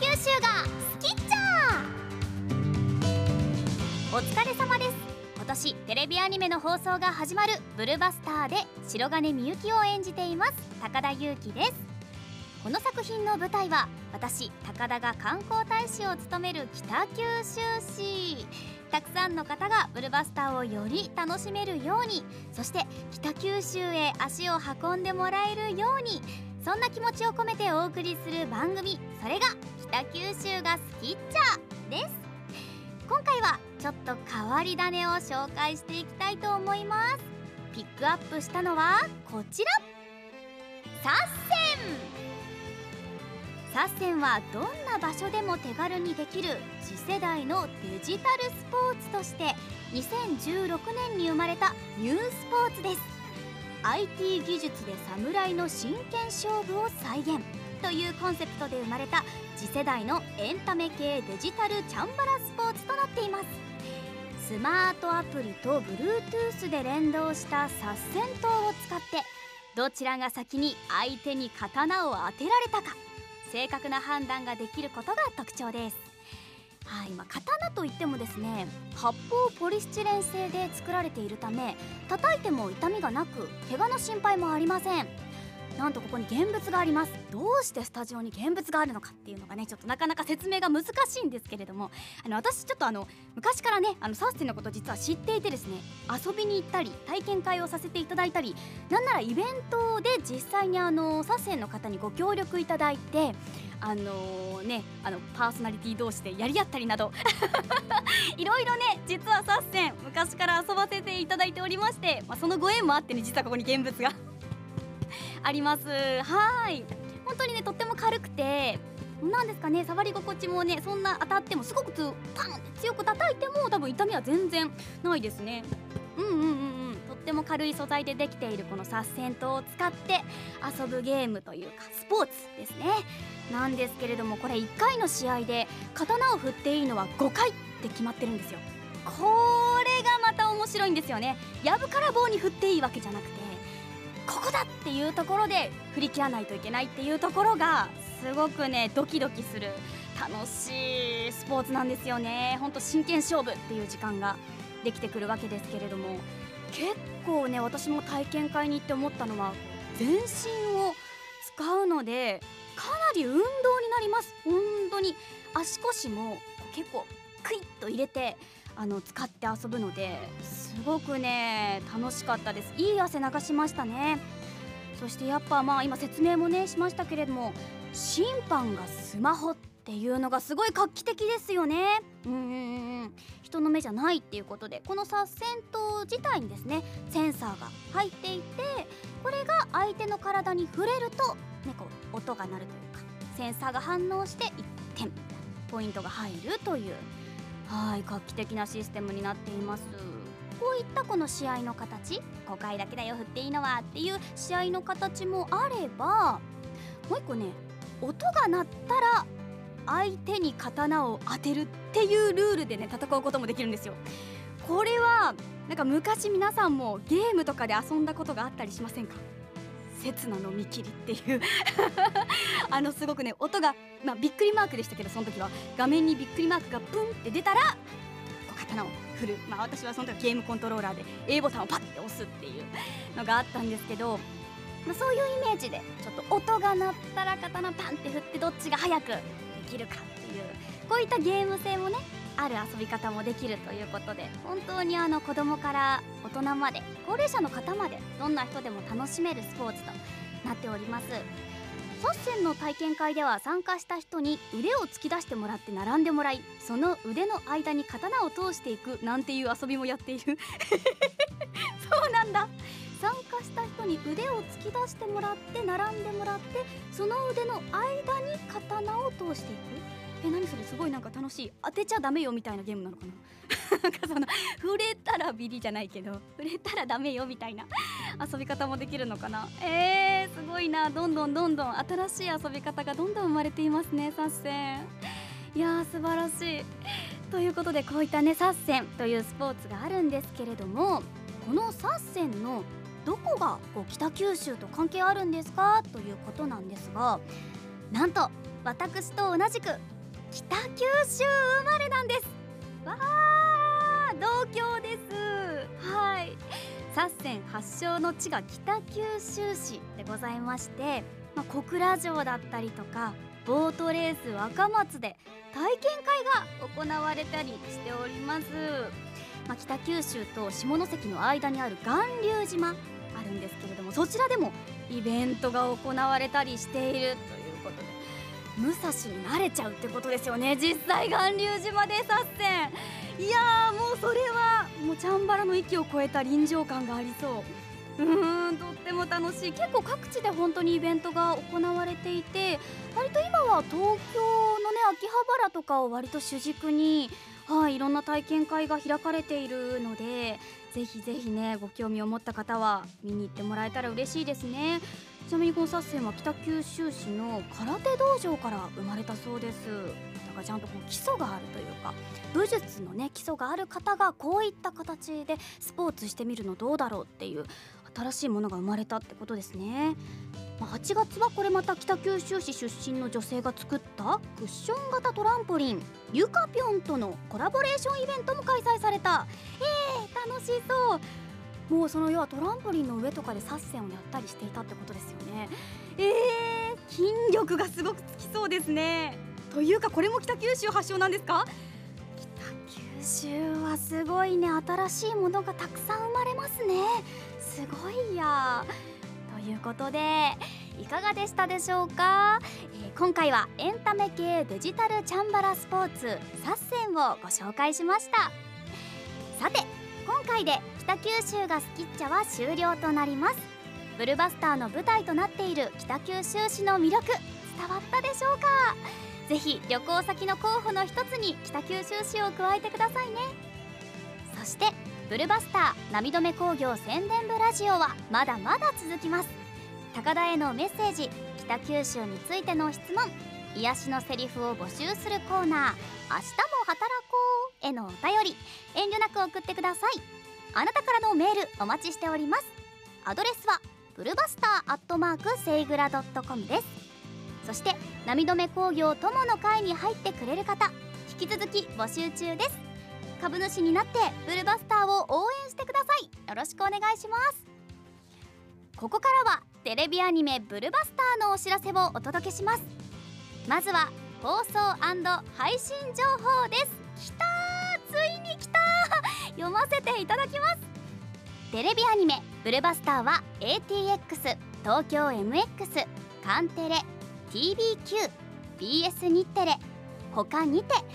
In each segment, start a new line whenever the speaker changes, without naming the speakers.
九州が好きっちゃ。お疲れ様です。今年テレビアニメの放送が始まるブルバスターで白金みゆきを演じています高田裕希です。この作品の舞台は私高田が観光大使を務める北九州市。たくさんの方がブルバスターをより楽しめるように、そして北九州へ足を運んでもらえるように、そんな気持ちを込めてお送りする番組、それが北九州が好きっちゃです。今回はちょっと変わり種を紹介していきたいと思います。ピックアップしたのはこちら、サッセンはどんな場所でも手軽にできる次世代のデジタルスポーツとして2016年に生まれたニュースポーツです。 IT 技術で侍の真剣勝負を再現というコンセプトで生まれた次世代のエンタメ系デジタルチャンバラスポーツとなっています。スマートアプリと Bluetooth で連動したサッセン刀を使ってどちらが先に相手に刀を当てられたか正確な判断ができることが特徴です。はい、刀といってもですね、発泡ポリスチレン製で作られているため叩いても痛みがなく怪我の心配もありません。なんとここに現物があります。どうしてスタジオに現物があるのかっていうのがね、ちょっとなかなか説明が難しいんですけれども、私ちょっと昔からねサッセンのこと実は知っていてですね、遊びに行ったり体験会をさせていただいたり、なんならイベントで実際にサッセンの方にご協力いただいてパーソナリティ同士でやり合ったりなどいろいろね、実はサッセン昔から遊ばせていただいておりまして、そのご縁もあってね、実はここに現物があります。はい、本当にねとっても軽くて、なんですかね、触り心地もね、そんな当たってもすごくパンって強く叩いても多分痛みは全然ないですね。とっても軽い素材でできているこのサッセン刀を使って遊ぶゲームというかスポーツですね。なんですけれども、これ1回の試合で刀を振っていいのは5回って決まってるんですよ。これがまた面白いんですよね。やぶから棒に振っていいわけじゃなくて、ここだっていうところで振り切らないといけないっていうところがすごくねドキドキする楽しいスポーツなんですよね。ほんと真剣勝負っていう時間ができてくるわけですけれども、結構ね私も体験会に行って思ったのは、全身を使うのでかなり運動になります。本当に足腰も結構クイッと入れて使って遊ぶのですごくね楽しかったです。いい汗流しましたね。そしてやっぱ今説明もねしましたけれども、審判がスマホっていうのがすごい画期的ですよね。人の目じゃないっていうことで、このサッセン刀自体にですねセンサーが入っていて、これが相手の体に触れると、こう音が鳴るというかセンサーが反応して1点ポイントが入るという、画期的なシステムになっています。こういったこの試合の形、5回だけだよ振っていいのはっていう試合の形もあれば、もう一個ね、音が鳴ったら相手に刀を当てるっていうルールでね戦うこともできるんですよ。これはなんか昔皆さんもゲームとかで遊んだことがあったりしませんか？刹那の見切りっていうすごくね音が、びっくりマークでしたけど、その時は画面にびっくりマークがブンって出たら刀を振る。私はその時ゲームコントローラーで A ボタンをパッて押すっていうのがあったんですけど、そういうイメージでちょっと音が鳴ったら刀パンって振ってどっちが早くできるかっていう、こういったゲーム性もねある遊び方もできるということで、本当に子供から大人まで高齢者の方までどんな人でも楽しめるスポーツとなっております。サッセンの体験会では参加した人に腕を突き出してもらって並んでもらい、その腕の間に刀を通していくなんていう遊びもやっているそうなんだ。参加した人に腕を突き出してもらって並んでもらって、その腕の間に刀を通していく。何それ、すごいなんか楽しい。当てちゃダメよみたいなゲームなのかななんか触れたらビリじゃないけど触れたらダメよみたいな遊び方もできるのかな。すごいな。どんどん新しい遊び方がどんどん生まれていますね、サッセン。いやー素晴らしい。ということで、こういったねサッセンというスポーツがあるんですけれども、このサッセンのどこが北九州と関係あるんですかということなんですが、なんと私と同じく北九州生まれなんです。わー、同郷です。はい、サッセン発祥の地が北九州市でございまして、小倉城だったりとかボートレース若松で体験会が行われたりしております。北九州と下関の間にある巌流島あるんですけれども、そちらでもイベントが行われたりしているということで、武蔵に慣れちゃうってことですよね。実際巌流島でサッセン、いやー、もうそれはもうチャンバラの域を超えた臨場感がありそう。とっても楽しい。結構各地で本当にイベントが行われていて、割と今は東京のね秋葉原とかを割と主軸に、いろんな体験会が開かれているので、ぜひぜひねご興味を持った方は見に行ってもらえたら嬉しいですね。ちなみにこのサッセンは北九州市の空手道場から生まれたそうです。だからちゃんとこう基礎があるというか、武術のね基礎がある方がこういった形でスポーツしてみるのどうだろうっていう新しいものが生まれたってことですね。8月はこれまた北九州市出身の女性が作ったクッション型トランポリンゆかぴょんとのコラボレーションイベントも開催された。楽しそう。もうその要はトランポリンの上とかでサッセンをやったりしていたってことですよね。筋力がすごくつきそうですね。というかこれも北九州発祥なんですか？北九州はすごいね、新しいものがたくさん生まれますね。すごいや。ということでいかがでしたでしょうか。今回はエンタメ系デジタルチャンバラスポーツサッセンをご紹介しました。さて今回で北九州が好きっちゃは終了となります。ブルバスターの舞台となっている北九州市の魅力伝わったでしょうか。ぜひ旅行先の候補の一つに北九州市を加えてくださいね。そしてブルバスター波止工業宣伝部ラジオはまだまだ続きます。高田へのメッセージ、北九州についての質問、癒しのセリフを募集するコーナー、明日も働こうへのお便り、遠慮なく送ってください。あなたからのメールお待ちしております。アドレスはブルバスターセイグラ .com です。そして波止工業友の会に入ってくれる方、引き続き募集中です。株主になってブルバスターを応援してください。よろしくお願いします。ここからはテレビアニメブルバスターのお知らせをお届けします。まずは放送&配信情報です。きたー、ついにきたー読ませていただきます。テレビアニメブルバスターは ATX、東京 MX、カンテレ、 TBQ、 BS 日テレ他にて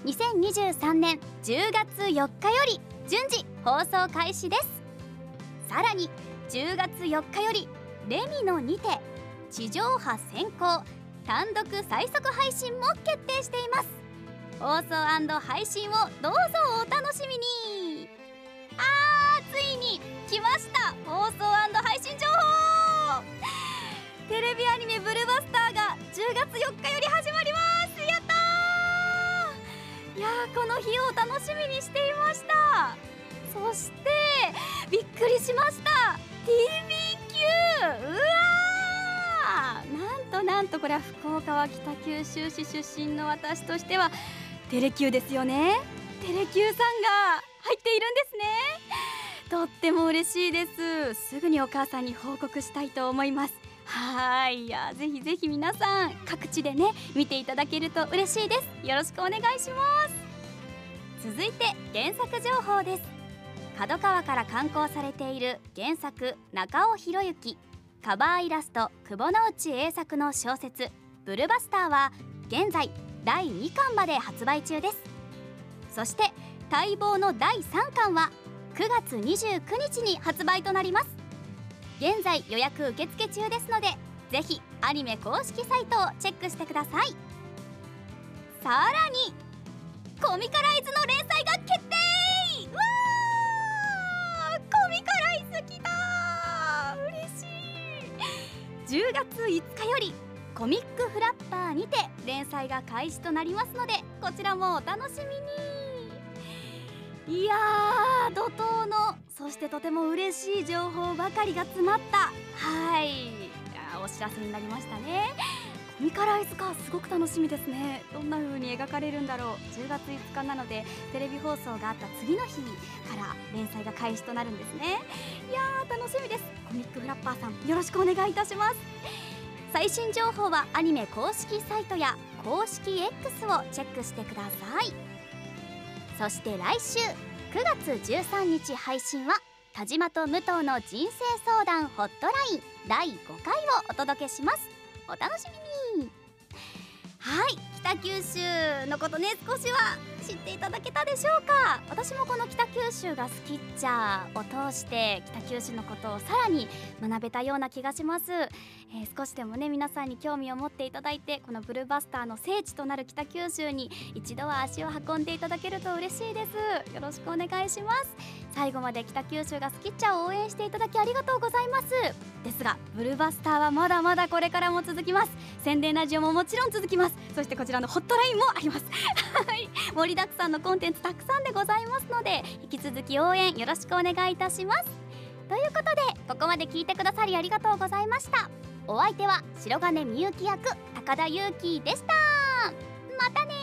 2023年10月4日より順次放送開始です。さらに10月4日よりレミのにて地上波先行単独最速配信も決定しています。放送&配信をどうぞお楽しみに。ついに来ました、放送&配信情報。テレビアニメブルバスターが10月4日より始まります。やったー。いやー、この日を楽しみにしていました。そしてびっくりしました、 TBQ。 うわー、なんとこれは福岡は北九州市出身の私としてはテレキューですよね。テレキューさんが入っているんですね。とっても嬉しいです。すぐにお母さんに報告したいと思います。いや、ぜひぜひ皆さん各地でね見ていただけると嬉しいです。よろしくお願いします。続いて原作情報です。角川から刊行されている原作中尾博之、カバーイラスト久保之内栄作の小説ブルバスターは現在第2巻まで発売中です。そして待望の第3巻は9月29日に発売となります。現在予約受付中ですので、ぜひアニメ公式サイトをチェックしてください。さらにコミカライズの連載が決定。わー、コミカライズきたー、嬉しい。10月5日よりコミックフラッパーにて連載が開始となりますので、こちらもお楽しみに。いやー、怒涛のそしてとても嬉しい情報ばかりが詰まったお知らせになりましたね。 コミカライズか、すごく楽しみですね。どんな風に描かれるんだろう。10月5日なのでテレビ放送があった次の日から連載が開始となるんですね。いやー楽しみです。コミックフラッパーさんよろしくお願いいたします。最新情報はアニメ公式サイトや公式 X をチェックしてください。そして来週9月13日配信は田島と武藤の人生相談ホットライン第5回をお届けします。お楽しみに。はい、北九州のことね、少しは知っていただけたでしょうか。私もこの北九州が好きっちゃを通して北九州のことをさらに学べたような気がします。少しでもね皆さんに興味を持っていただいて、このブルーバスターの聖地となる北九州に一度は足を運んでいただけると嬉しいです。よろしくお願いします。最後まで北九州が好きっちゃを応援していただきありがとうございます。ですがブルーバスターはまだまだこれからも続きます。宣伝ラジオももちろん続きます。そしてこちらのホットラインもありますはい、盛りだくさんのコンテンツたくさんでございますので、引き続き応援よろしくお願いいたします。ということでここまで聞いてくださりありがとうございました。お相手は白金みゆき役高田ゆうきでした。またね。